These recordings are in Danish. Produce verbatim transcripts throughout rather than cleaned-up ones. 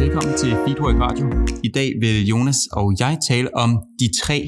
Velkommen til Feedwork Radio. I dag vil Jonas og jeg tale om de tre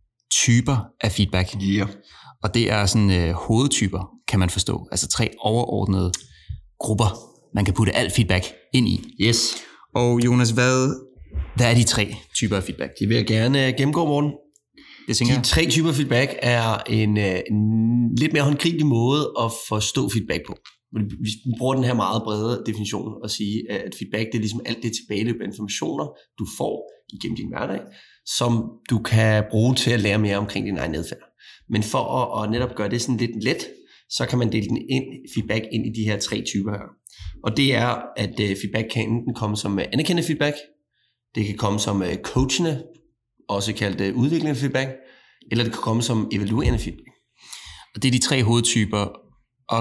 typer af feedback. Yeah. Og det er sådan øh, hovedtyper, kan man forstå. Altså tre overordnede grupper, man kan putte alt feedback ind i. Yes. Og Jonas, hvad, hvad er de tre typer af feedback? Det vil jeg gerne gennemgå, Morten. Det tænker De tre typer af feedback er en, en lidt mere håndgribelig måde at forstå feedback på. Vi bruger den her meget brede definition at sige, at feedback det er ligesom alt det tilbageløb af informationer, du får igennem din hverdag, som du kan bruge til at lære mere omkring din egen adfærd. Men for at, at netop gøre det sådan lidt let, så kan man dele den ind, feedback ind i de her tre typer her. Og det er, at feedback kan enten komme som anerkendende feedback, det kan komme som coachende, også kaldt udviklende feedback, eller det kan komme som evaluerende feedback. Og det er de tre hovedtyper, og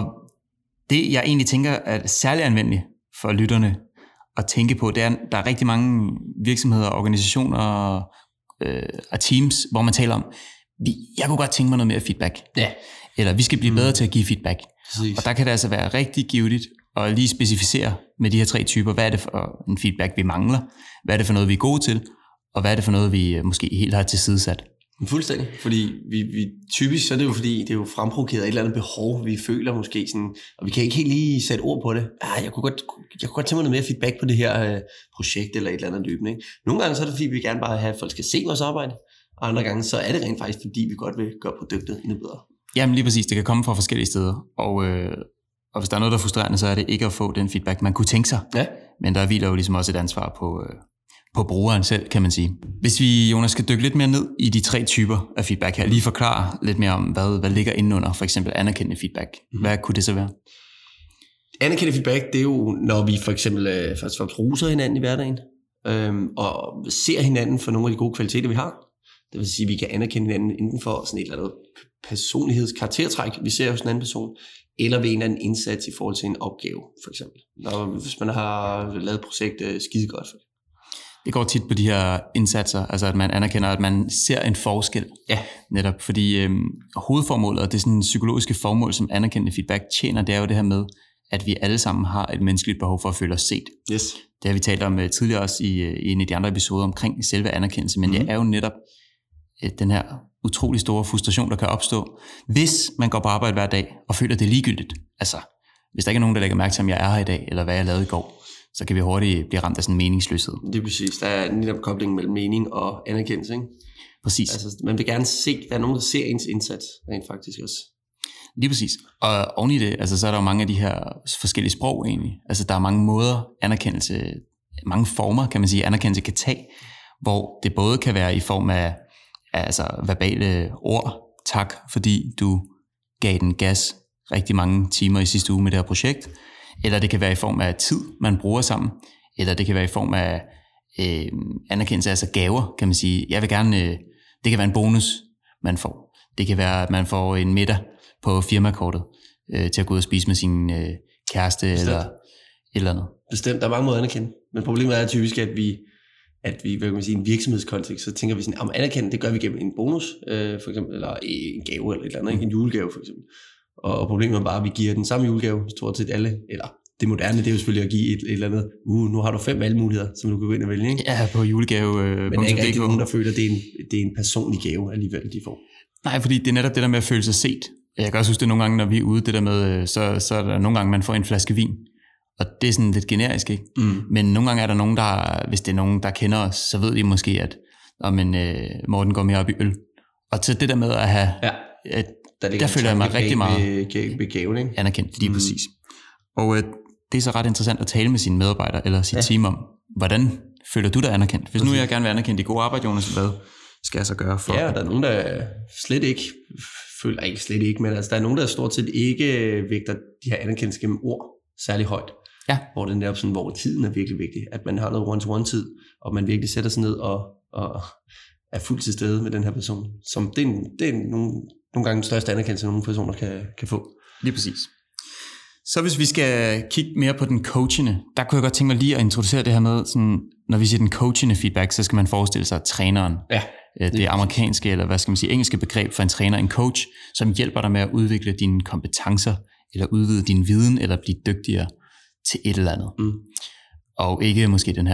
det jeg egentlig tænker er særligt anvendeligt for lytterne at tænke på, det er, at der er rigtig mange virksomheder, organisationer og, øh, og teams, hvor man taler om, vi, jeg kunne godt tænke mig noget mere feedback. Ja. Eller vi skal blive mm. bedre til at give feedback. Præcis. Og der kan det altså være rigtig givetigt at lige specificere med de her tre typer, hvad er det for en feedback, vi mangler, hvad er det for noget, vi er gode til, og hvad er det for noget, vi måske helt har tilsidesat. Fuldstændig, fordi vi, vi typisk så er det jo fordi, det er jo fremprovokeret et eller andet behov, vi føler måske sådan, og vi kan ikke helt lige sætte ord på det. Ah, jeg kunne godt, jeg kunne godt tænke mig noget mere feedback på det her øh, projekt eller et eller andet løbende. Ikke? Nogle gange så er det fordi, vi gerne bare have, at folk skal se vores arbejde, og andre gange så er det rent faktisk fordi, vi godt vil gøre produktet endnu bedre. Jamen lige præcis, det kan komme fra forskellige steder, og, øh, og hvis der er noget, der er frustrerende, så er det ikke at få den feedback, man kunne tænke sig. Ja. Men der hviler jo ligesom også et ansvar på... Øh, på brugeren selv, kan man sige. Hvis vi, Jonas, skal dykke lidt mere ned i de tre typer af feedback her, lige forklare lidt mere om, hvad, hvad ligger indenunder, for eksempel anerkendende feedback. Hvad kunne det så være? Anerkendende feedback, det er jo, når vi for eksempel øh, først og fremmest roser hinanden i hverdagen, øhm, og ser hinanden for nogle af de gode kvaliteter, vi har. Det vil sige, at vi kan anerkende hinanden enten for sådan et eller andet personlighedskaraktertræk, vi ser hos en anden person, eller ved en eller anden indsats i forhold til en opgave, for eksempel. Når, hvis man har lavet et projekt øh, skide godt for det. Det går tit på de her indsatser, altså at man anerkender, at man ser en forskel. Ja. Netop, fordi øhm, hovedformålet, og det er sådan psykologiske formål, som anerkendende feedback tjener, det er jo det her med, at vi alle sammen har et menneskeligt behov for at føle os set. Yes. Det har vi talt om uh, tidligere også i, uh, i en af de andre episoder omkring selve anerkendelse, men mm. det er jo netop uh, den her utrolig store frustration, der kan opstå, hvis man går på arbejde hver dag og føler, det er ligegyldigt. Altså, hvis der ikke er nogen, der lægger mærke til, om jeg er her i dag, eller hvad jeg lavede i går, så kan vi hurtigt blive ramt af sådan en meningsløshed. Det er præcis. Der er netop kobling mellem mening og anerkendelse, ikke? Præcis. Altså, man vil gerne se, der er nogen, der ser ens indsats, rent faktisk også. Lige præcis. Og oven i det, altså, så er der jo mange af de her forskellige sprog egentlig. Altså, der er mange måder anerkendelse, mange former, kan man sige, anerkendelse kan tage, hvor det både kan være i form af altså, verbale ord, tak, fordi du gav den gas rigtig mange timer i sidste uge med det her projekt, eller det kan være i form af tid, man bruger sammen, eller det kan være i form af øh, anerkendelse, altså gaver, kan man sige. Jeg vil gerne, øh, det kan være en bonus, man får. Det kan være, at man får en middag på firmakortet øh, til at gå ud og spise med sin øh, kæreste, Bestemt. eller et eller andet. Bestemt, der er mange måder at anerkende. Men problemet er typisk, at vi, at vi hvad kan man sige, i en virksomhedskontekst, så tænker vi sådan, om anerkende, det gør vi gennem en bonus, øh, for eksempel, eller en gave, eller et eller andet, ikke? En julegave for eksempel. Og problemet er bare, at vi giver den samme julegave, stort set alle, eller det moderne, det er jo selvfølgelig at give et, et eller andet, uh, nu har du fem valgmuligheder, som du kan gå ind og vælge, ikke? Ja, på julegave. Øh, Men der er ikke rigtig nogen, der føler, at det er, en, det er en personlig gave alligevel, de får. Nej, fordi det er netop det der med at føle sig set. Jeg kan også huske det nogle gange, når vi er ude, det der med, så, så er der nogle gange, man får en flaske vin. Og det er sådan lidt generisk, ikke? Mm. Men nogle gange er der nogen, der, hvis det er nogen, der kender os, så ved de måske, at oh, men, øh, Morten går mere op i øl. Og til det der med at have... Ja. At, der, der føler jeg mig rigtig meget begave, ikke? anerkendt, lige mm. præcis. Og øh, det er så ret interessant at tale med sine medarbejdere eller sit ja. team om, hvordan føler du dig anerkendt? Hvis nu jeg gerne vil anerkende det gode arbejde, Jonas, hvad skal jeg så gøre for? Ja, der er nogen, der slet ikke føler, ikke slet ikke, men altså, der er nogen, der stort set ikke vægter de her anerkendelser gennem ord særlig højt. Ja. Hvor den der sådan, hvor tiden er virkelig vigtig, at man har noget one-to-one-tid, og man virkelig sætter sig ned og, og er fuldt til stede med den her person. Som det er, det er nogle, nogle gange den største anerkendelse, nogle personer kan, kan få. Lige præcis. Så hvis vi skal kigge mere på den coachende, der kunne jeg godt tænke mig lige at introducere det her med, sådan, når vi siger den coachende feedback, så skal man forestille sig træneren. Ja, det, det amerikanske, eller hvad skal man sige, engelske begreb for en træner, en coach, som hjælper dig med at udvikle dine kompetencer, eller udvide din viden, eller blive dygtigere til et eller andet. Mm. Og ikke måske den her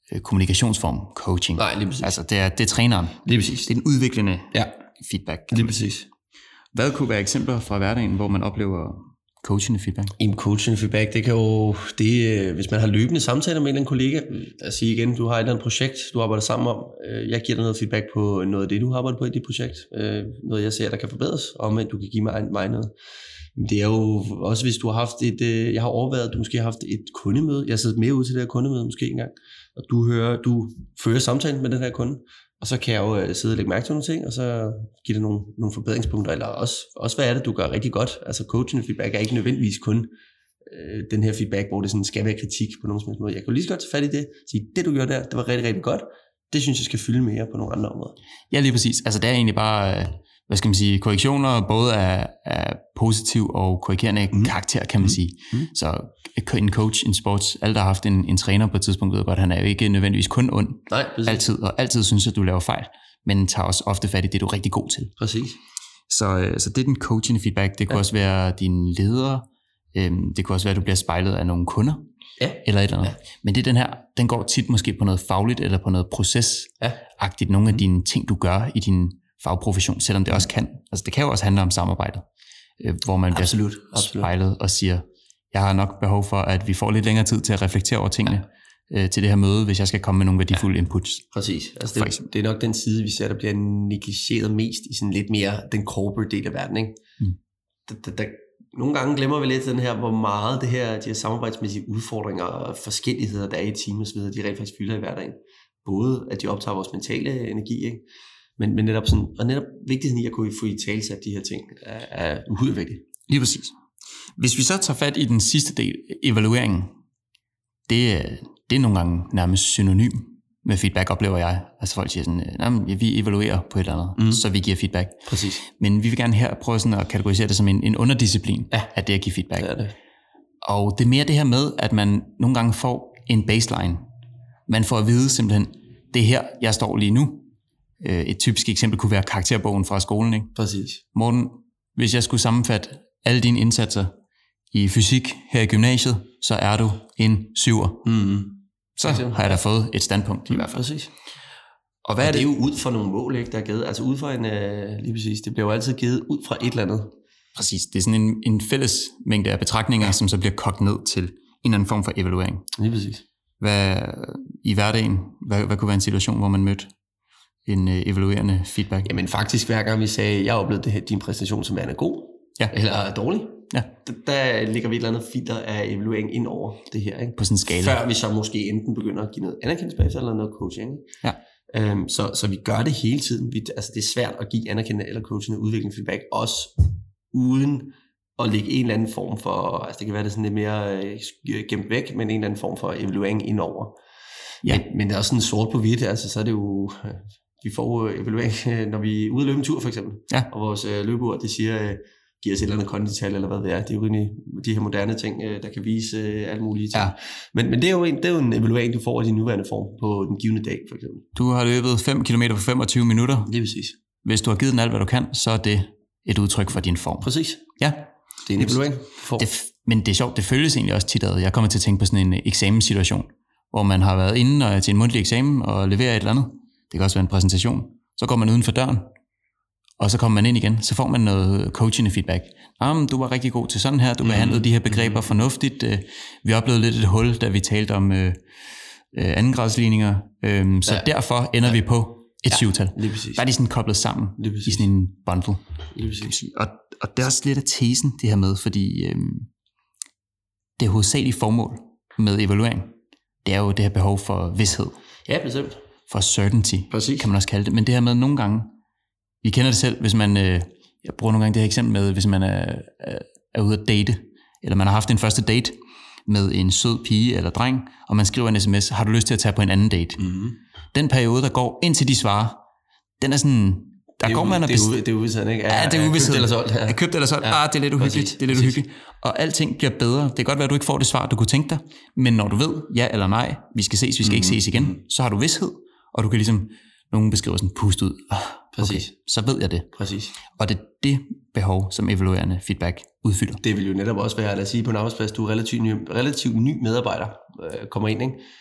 øh, kommunikationsform, coaching. Nej, lige præcis. Altså, det er, det er træneren. Lige præcis. Det er den udviklende ja. feedback. Lige præcis. Hvad kunne være eksempler fra hverdagen, hvor man oplever coachende feedback? En coachende feedback, det kan jo, det, hvis man har løbende samtaler med en eller anden kollega, lad os sige igen, du har et eller andet projekt, du arbejder sammen om, jeg giver dig noget feedback på noget af det, du har arbejdet på i dit projekt, noget jeg ser, der kan forbedres, og men du kan give mig, mig noget. Det er jo også, hvis du har haft et, jeg har overvejet, at du måske har haft et kundemøde, jeg har siddet mere ude til det her kundemøde måske engang, og du hører, du fører samtalen med den her kunde, og så kan jeg jo sidde og lægge mærke til nogle ting, og så give dig nogle, nogle forbedringspunkter, eller også, også hvad er det, du gør rigtig godt. Altså coaching feedback er ikke nødvendigvis kun øh, den her feedback, hvor det sådan skal være kritik på nogen som helst måde. Jeg kan jo lige så godt tage fat i det, sige, det du gjorde der, det var rigtig, rigtig godt. Det synes jeg skal fylde mere på nogle andre områder. Ja, lige præcis. Altså det er egentlig bare, hvad skal man sige, korrektioner, både af, af positiv og korrigerende mm. karakter, kan man mm. sige. Mm. Så en coach, en sports, alle der har haft en, en træner på et tidspunkt, ved godt, han er jo ikke nødvendigvis kun ond. Nej, altid, og altid synes, at du laver fejl, men tager også ofte fat i det, du er rigtig god til. Præcis. Så, så det er den coaching feedback. Det kunne ja. også være dine ledere. Øhm, det kunne også være, at du bliver spejlet af nogle kunder. Ja. Eller et eller andet. Ja. Men det er den her, den går tit måske på noget fagligt, eller på noget procesagtigt. Ja. Nogle af dine ting, du gør i din fagprofession, selvom det også kan. Altså det kan jo også handle om samarbejdet, øh, hvor man absolut, bliver absolut. spejlet og siger, jeg har nok behov for, at vi får lidt længere tid til at reflektere over tingene ja. øh, til det her møde, hvis jeg skal komme med nogle værdifulde ja. inputs. Præcis. Altså det, det er nok den side, vi ser, der bliver negligeret mest i sådan lidt mere den corporate del af verden. Ikke? Mm. Der, der, der, nogle gange glemmer vi lidt den her, hvor meget det her, de her samarbejdsmæssige udfordringer og forskelligheder, der er i team og så videre, de rent faktisk fylder i hverdagen. Både at de optager vores mentale energi, ikke? Men, men netop sådan, og netop vigtigheden i at kunne få i talsat de her ting, er, er uhyre vigtigt. Lige præcis. Hvis vi så tager fat i den sidste del, evalueringen, det, det er nogle gange nærmest synonym med feedback, oplever jeg. Altså folk siger sådan, ja, vi evaluerer på et eller andet, mm. så vi giver feedback. Præcis. Men vi vil gerne her prøve sådan at kategorisere det som en, en underdisciplin, ja. at det at give feedback. Det er det. Og det er mere det her med, at man nogle gange får en baseline. Man får at vide simpelthen, det er her, jeg står lige nu. Et typisk eksempel kunne være karakterbogen fra skolen. Ikke? Præcis. Morten, hvis jeg skulle sammenfatte alle dine indsatser i fysik her i gymnasiet, så er du en syver. Mm. Så har jeg da fået et standpunkt i hvert fald. Præcis. Og hvad og er det? det er jo ud fra nogle mål, ikke, der er givet. Altså ud fra en, øh, lige præcis, det bliver jo altid givet ud fra et eller andet. Præcis. Det er sådan en, en fælles mængde af betragtninger, som så bliver kogt ned til en eller anden form for evaluering. Lige præcis. Hvad, i hverdagen, hvad, hvad kunne være en situation, hvor man mødte en øh, evaluerende feedback? Jamen faktisk hver gang vi sagde, jeg oplevede det her, din præstation som er god, ja. eller dårlig, ja. der, der ligger vi et eller andet filter af evaluering ind over det her. Ikke? På sådan en skala. Før vi så måske enten begynder at give noget anerkendelse bagefter, eller noget coaching. Ja. Øhm, så, så vi gør det hele tiden. Vi, altså det er svært at give anerkendelse eller coaching og udvikling feedback, også uden at lægge en eller anden form for, altså det kan være det sådan lidt mere øh, gemt væk, men en eller anden form for evaluering ind over. Ja. Men, men det er også sådan sort på hvidt, altså så er det jo... Øh, vi får evaluering, når vi er ude at løbe en tur for eksempel, ja. og vores øh, løbeur, det siger, øh, giver os et eller andet kondital, eller hvad det er. Det er jo egentlig de her moderne ting, øh, der kan vise øh, alle mulige ting. Ja. Men, men det, er jo en, det er jo en evaluering, du får i din nuværende form på den givne dag for eksempel. Du har løbet fem kilometer på femogtyve minutter. Det er præcis. Hvis du har givet den alt, hvad du kan, så er det et udtryk for din form. Præcis. Ja. Det er en evaluering. Det, men det er sjovt, det føles egentlig også tit ad. Jeg kommer til at tænke på sådan en eksamenssituation, hvor man har været inde og til en mundtlig eksamen og leverer et eller andet. Det kan også være en præsentation. Så går man uden for døren, og så kommer man ind igen. Så får man noget coaching feedback. Jamen, du var rigtig god til sådan her. Du behandlede mm. de her begreber fornuftigt. Vi oplevede lidt et hul, da vi talte om øh, andengradsligninger. Øhm, så ja. derfor ender ja. vi på et ja. syvtal. Der er de sådan koblet sammen i sådan en bundle. Og, og det er også lidt af tesen, det her med, fordi øhm, det hovedsagelige formål med evaluering, det er jo det her behov for vished. Ja, bestemt. For certainty, Præcis. kan man også kalde det. Men det her med nogle gange, vi kender det selv, hvis man, øh, jeg bruger nogle gange det her eksempel med, hvis man er, er, er ude at date, eller man har haft en første date med en sød pige eller dreng, og man skriver en sms, har du lyst til at tage på en anden date? Mm-hmm. Den periode, der går indtil de svarer, den er sådan, der går man og best... Det er uvidsthed, ikke? Ja, det er uvidsthed. Købt eller solgt. Ja. Er købt eller solgt. Ja. Ah, det er lidt uhyggeligt. Det er lidt uhyggeligt. Og alting bliver bedre. Det kan godt være, at du ikke får det svar, du kunne tænke dig, men når du ved, ja eller nej, vi skal ses, vi skal mm-hmm. ikke ses igen, så har du vished, og du kan ligesom, nogen beskriver sådan, puste ud. Oh, okay, så ved jeg det. Præcis. Og det er det behov, som evaluerende feedback udfylder. Det vil jo netop også være, lad os sige, på en arbejdsplads, du er relativt ny, relativt ny medarbejder, øh, kommer ind, ikke?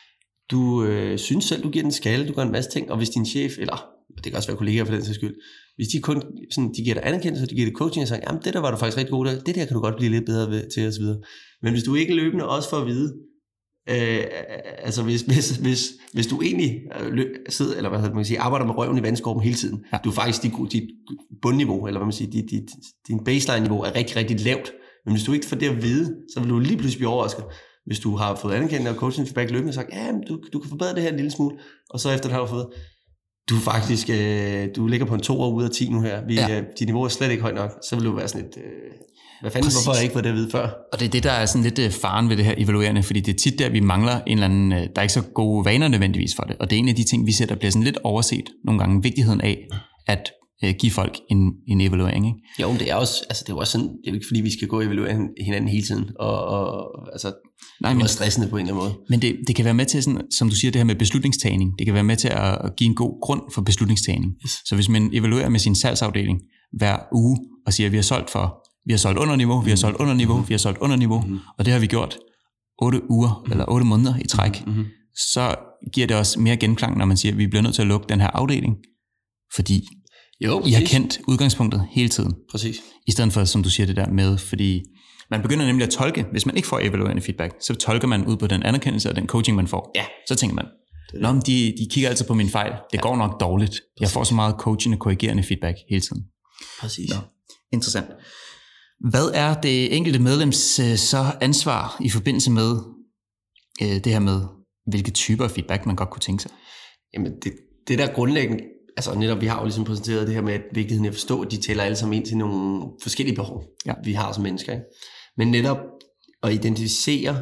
du øh, synes selv, du giver den skalle, du gør en masse ting, og hvis din chef, eller det kan også være kollegaer for den sags skyld, hvis de kun sådan, de giver dig anerkendelse, og de giver dig coaching, og siger, jamen det der var du faktisk rigtig god der, det der kan du godt blive lidt bedre ved, til, og så videre. Men hvis du ikke løbende også får at vide, øh, altså hvis, hvis, hvis, hvis du egentlig øh, sidder, eller hvad man kan sige, arbejder med røven i vandskorben hele tiden, ja. Du er faktisk, dit, dit bundniveau, eller hvad man siger, dit, dit, din baseline-niveau er rigtig, rigtig lavt, men hvis du ikke får det at vide, så vil du lige pludselig blive overrasket. Hvis du har fået anerkendt og coaching feedback løbende og sagt, ja, du, du kan forbedre det her en lille smule, og så efter det har du fået, du faktisk, øh, du ligger på en to år ud af ti nu her, vi, ja. øh, dit niveau er slet ikke højt nok, så vil du være sådan et, øh, hvad fanden, Præcis. Hvorfor har jeg ikke fået det at vide før? Og det er det, der er sådan lidt øh, faren ved det her evaluerende, fordi det er tit der, vi mangler en eller anden, øh, der er ikke så gode vaner nødvendigvis for det, og det er en af de ting, vi ser, der bliver sådan lidt overset nogle gange, vigtigheden af at øh, give folk en, en evaluering, ikke? Jo, men det er også, altså det er også sådan, det er jo ikke fordi, vi skal gå og evaluere hinanden hele tiden, og, og altså, Nej, men, det er stressende på en eller anden måde. Men det, det kan være med til, sådan, som du siger, det her med beslutningstagning, det kan være med til at give en god grund for beslutningstagning. Yes. Så hvis man evaluerer med sin salgsafdeling hver uge, og siger, at vi har solgt for, vi har solgt under niveau, vi har solgt under niveau, vi har solgt under niveau, mm-hmm. og det har vi gjort otte uger, mm-hmm. eller otte måneder i træk, mm-hmm. så giver det også mere genklang, når man siger, at vi bliver nødt til at lukke den her afdeling, fordi jo, I har kendt udgangspunktet hele tiden. Præcis. I stedet for, som du siger det der med, fordi man begynder nemlig at tolke, hvis man ikke får evaluerende feedback, så tolker man ud på den anerkendelse og den coaching, man får. Ja. Så tænker man, Nå, men de, de kigger altid på min fejl. Det ja. går nok dårligt. Præcis. Jeg får så meget coachende, korrigerende feedback hele tiden. Præcis. Nå. Interessant. Hvad er det enkelte medlems så ansvar i forbindelse med øh, det her med, hvilke typer af feedback man godt kunne tænke sig? Jamen, det, det der grundlæggende, altså netop, vi har jo ligesom præsenteret det her med, at vigtigheden af at forstå, at de tæller alle sammen ind til nogle forskellige behov, ja. vi har som mennesker. Ikke? Men netop at identificere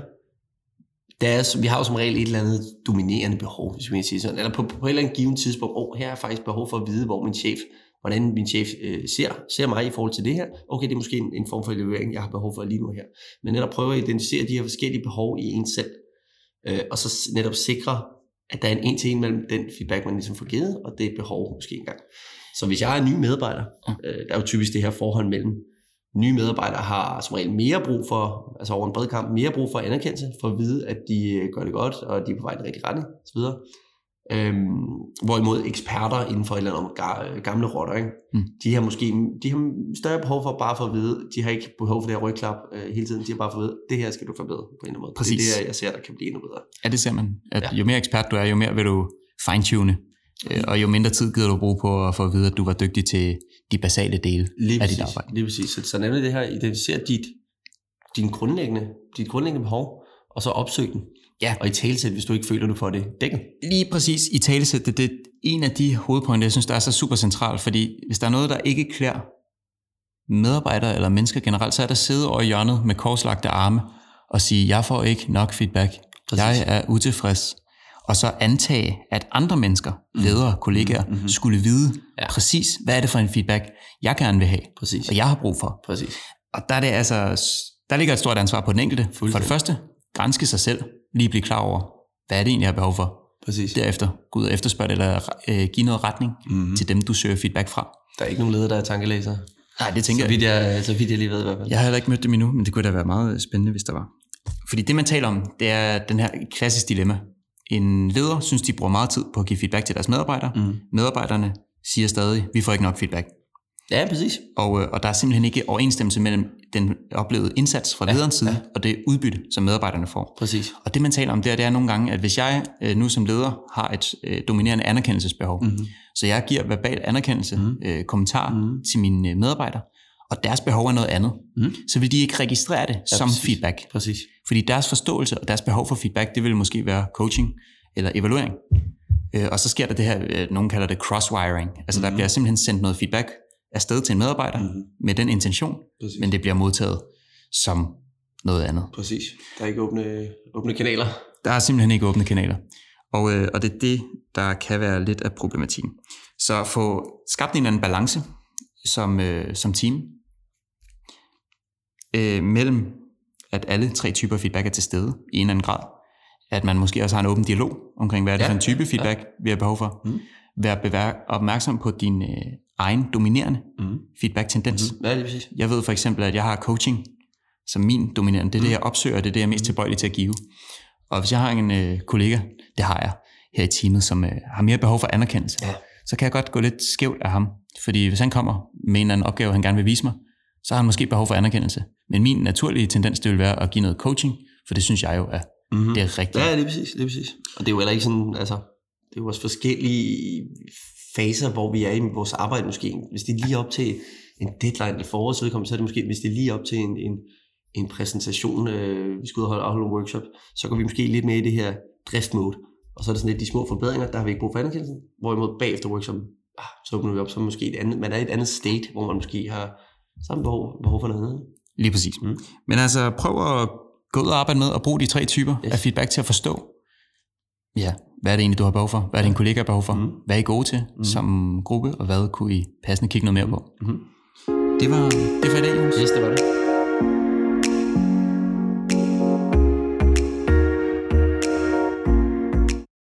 deres, vi har jo som regel et eller andet dominerende behov, hvis vi kan sige sådan, eller på, på et eller andet givet tidspunkt, oh, her er faktisk behov for at vide, hvor min chef, hvordan min chef øh, ser, ser mig i forhold til det her. Okay, det er måske en, en form for evaluering, jeg har behov for lige nu her. Men netop prøve at identificere de her forskellige behov i en selv, øh, og så netop sikre, at der er en en til en mellem den feedback, man ligesom får givet, og det behov måske engang. Så hvis jeg er en ny medarbejder, øh, der er jo typisk det her forhold mellem nye medarbejdere har som regel mere brug for, altså over en bred kamp, mere brug for anerkendelse, for at vide, at de gør det godt, og de er på vej i den rigtige retning, osv. Øhm, hvorimod eksperter inden for et eller andet gamle rotter, ikke? Mm. de har måske de har større behov for bare for at vide, de har ikke behov for det her rygklap øh, hele tiden, de har bare for at vide, det her skal du forbedre på en eller anden måde. Præcis. Det er det, jeg ser, der kan blive endnu bedre. Ja, det ser man. At ja. Jo mere ekspert du er, jo mere vil du fine-tune, øh, og jo mindre tid gider du bruge på at få at vide, at du var dygtig til de basale dele lige af præcis, dit arbejde. Lige præcis. Så, så nemlig det her, identificere dit, din grundlæggende, dit grundlæggende behov, og så opsøg den. Ja. Og i talesæt, hvis du ikke føler, du får det dækket. Lige præcis, i talesæt, det, det er en af de hovedpointer, jeg synes, der er så super centralt, fordi hvis der er noget, der ikke klæder medarbejdere eller mennesker generelt, så er der sidde over i hjørnet med korslagte arme og sige, jeg får ikke nok feedback, præcis. Jeg er utilfreds, og så antage, at andre mennesker, ledere, kollegaer, mm-hmm. skulle vide ja. præcis, hvad er det for en feedback, jeg gerne vil have, præcis. Og jeg har brug for. Præcis. Og der er det altså, der ligger et stort ansvar på den enkelte. For det første, granske sig selv, lige blive klar over, hvad er det egentlig, jeg har behov for. Præcis. Derefter, gå ud og efterspørge det, eller øh, give noget retning mm-hmm. til dem, du søger feedback fra. Der er ikke nogen leder, der er tankelæser. Nej, det tænker så vidt jeg. Så vidt jeg lige ved i hvert fald. Jeg har heller ikke mødt dem endnu, men det kunne da være meget spændende, hvis der var. Fordi det, man taler om, det er den her klassiske dilemma. En leder synes, de bruger meget tid på at give feedback til deres medarbejdere. Mm. Medarbejderne siger stadig, vi får ikke nok feedback. Ja, præcis. Og, og der er simpelthen ikke overensstemmelse mellem den oplevede indsats fra lederens side, ja, ja. og det udbytte, som medarbejderne får. Præcis. Og det, man taler om, det er, det er nogle gange, at hvis jeg øh, nu som leder har et øh, dominerende anerkendelsesbehov, mm-hmm. så jeg giver verbal anerkendelse, mm-hmm. øh, kommentar mm-hmm. til mine øh, medarbejdere, og deres behov er noget andet, mm-hmm. så vil de ikke registrere det ja, som præcis. feedback. Præcis. Fordi deres forståelse og deres behov for feedback, det vil måske være coaching eller evaluering. Øh, og så sker der det her, øh, nogen kalder det crosswiring. Altså mm-hmm. der bliver simpelthen sendt noget feedback afsted til en medarbejder mm-hmm. med den intention, præcis. Men det bliver modtaget som noget andet. Præcis. Der er ikke åbne, åbne kanaler. Der er simpelthen ikke åbne kanaler. Og, øh, og det er det, der kan være lidt af problematikken. Så få skabt en eller anden balance som, øh, som team øh, mellem, at alle tre typer feedback er til stede i en eller anden grad. At man måske også har en åben dialog omkring, hvad er det ja, for en type feedback, ja. vi har behov for. Mm. Vær opmærksom på din øh, egen dominerende mm. feedback-tendens. Mm. Ja, det er præcis. Jeg ved for eksempel, at jeg har coaching som min dominerende. Det er mm. det, jeg opsøger, det er det, jeg er mest tilbøjelig til at give. Og hvis jeg har en øh, kollega, det har jeg her i teamet, som øh, har mere behov for anerkendelse, ja. så kan jeg godt gå lidt skævt af ham. Fordi hvis han kommer med en eller anden opgave, han gerne vil vise mig, så har han måske behov for anerkendelse. Men min naturlige tendens, det vil være at give noget coaching, for det synes jeg jo er, mm-hmm. det er rigtigt. Ja, det er præcis, det er præcis. Og det er jo heller ikke sådan, altså, det er jo også forskellige faser, hvor vi er i vores arbejde måske. Hvis det er lige op til en deadline i forårs vedkommende, så er det måske, hvis det er lige op til en, en, en præsentation, øh, vi skal ud og holde, afholde en workshop, så går vi måske lidt mere i det her driftmode. Og så er det sådan lidt de små forbedringer, der har vi ikke brug for anerkendelsen. Hvorimod bagefter workshoppen, ah, så åbner vi op, så måske et andet, man er i et andet state, hvor man måske har samme behov, behov for noget andet. Lige præcis. Mm. Men altså, prøv at gå ud og arbejde med og bruge de tre typer yes. af feedback til at forstå, ja, hvad er det egentlig, du har behov for? Hvad er det, en kollega har behov for? Mm. Hvad er I gode til mm. som gruppe? Og hvad kunne I passende kigge noget mere på? Mm. Det var det for i dag, Jonas. Yes, det var det.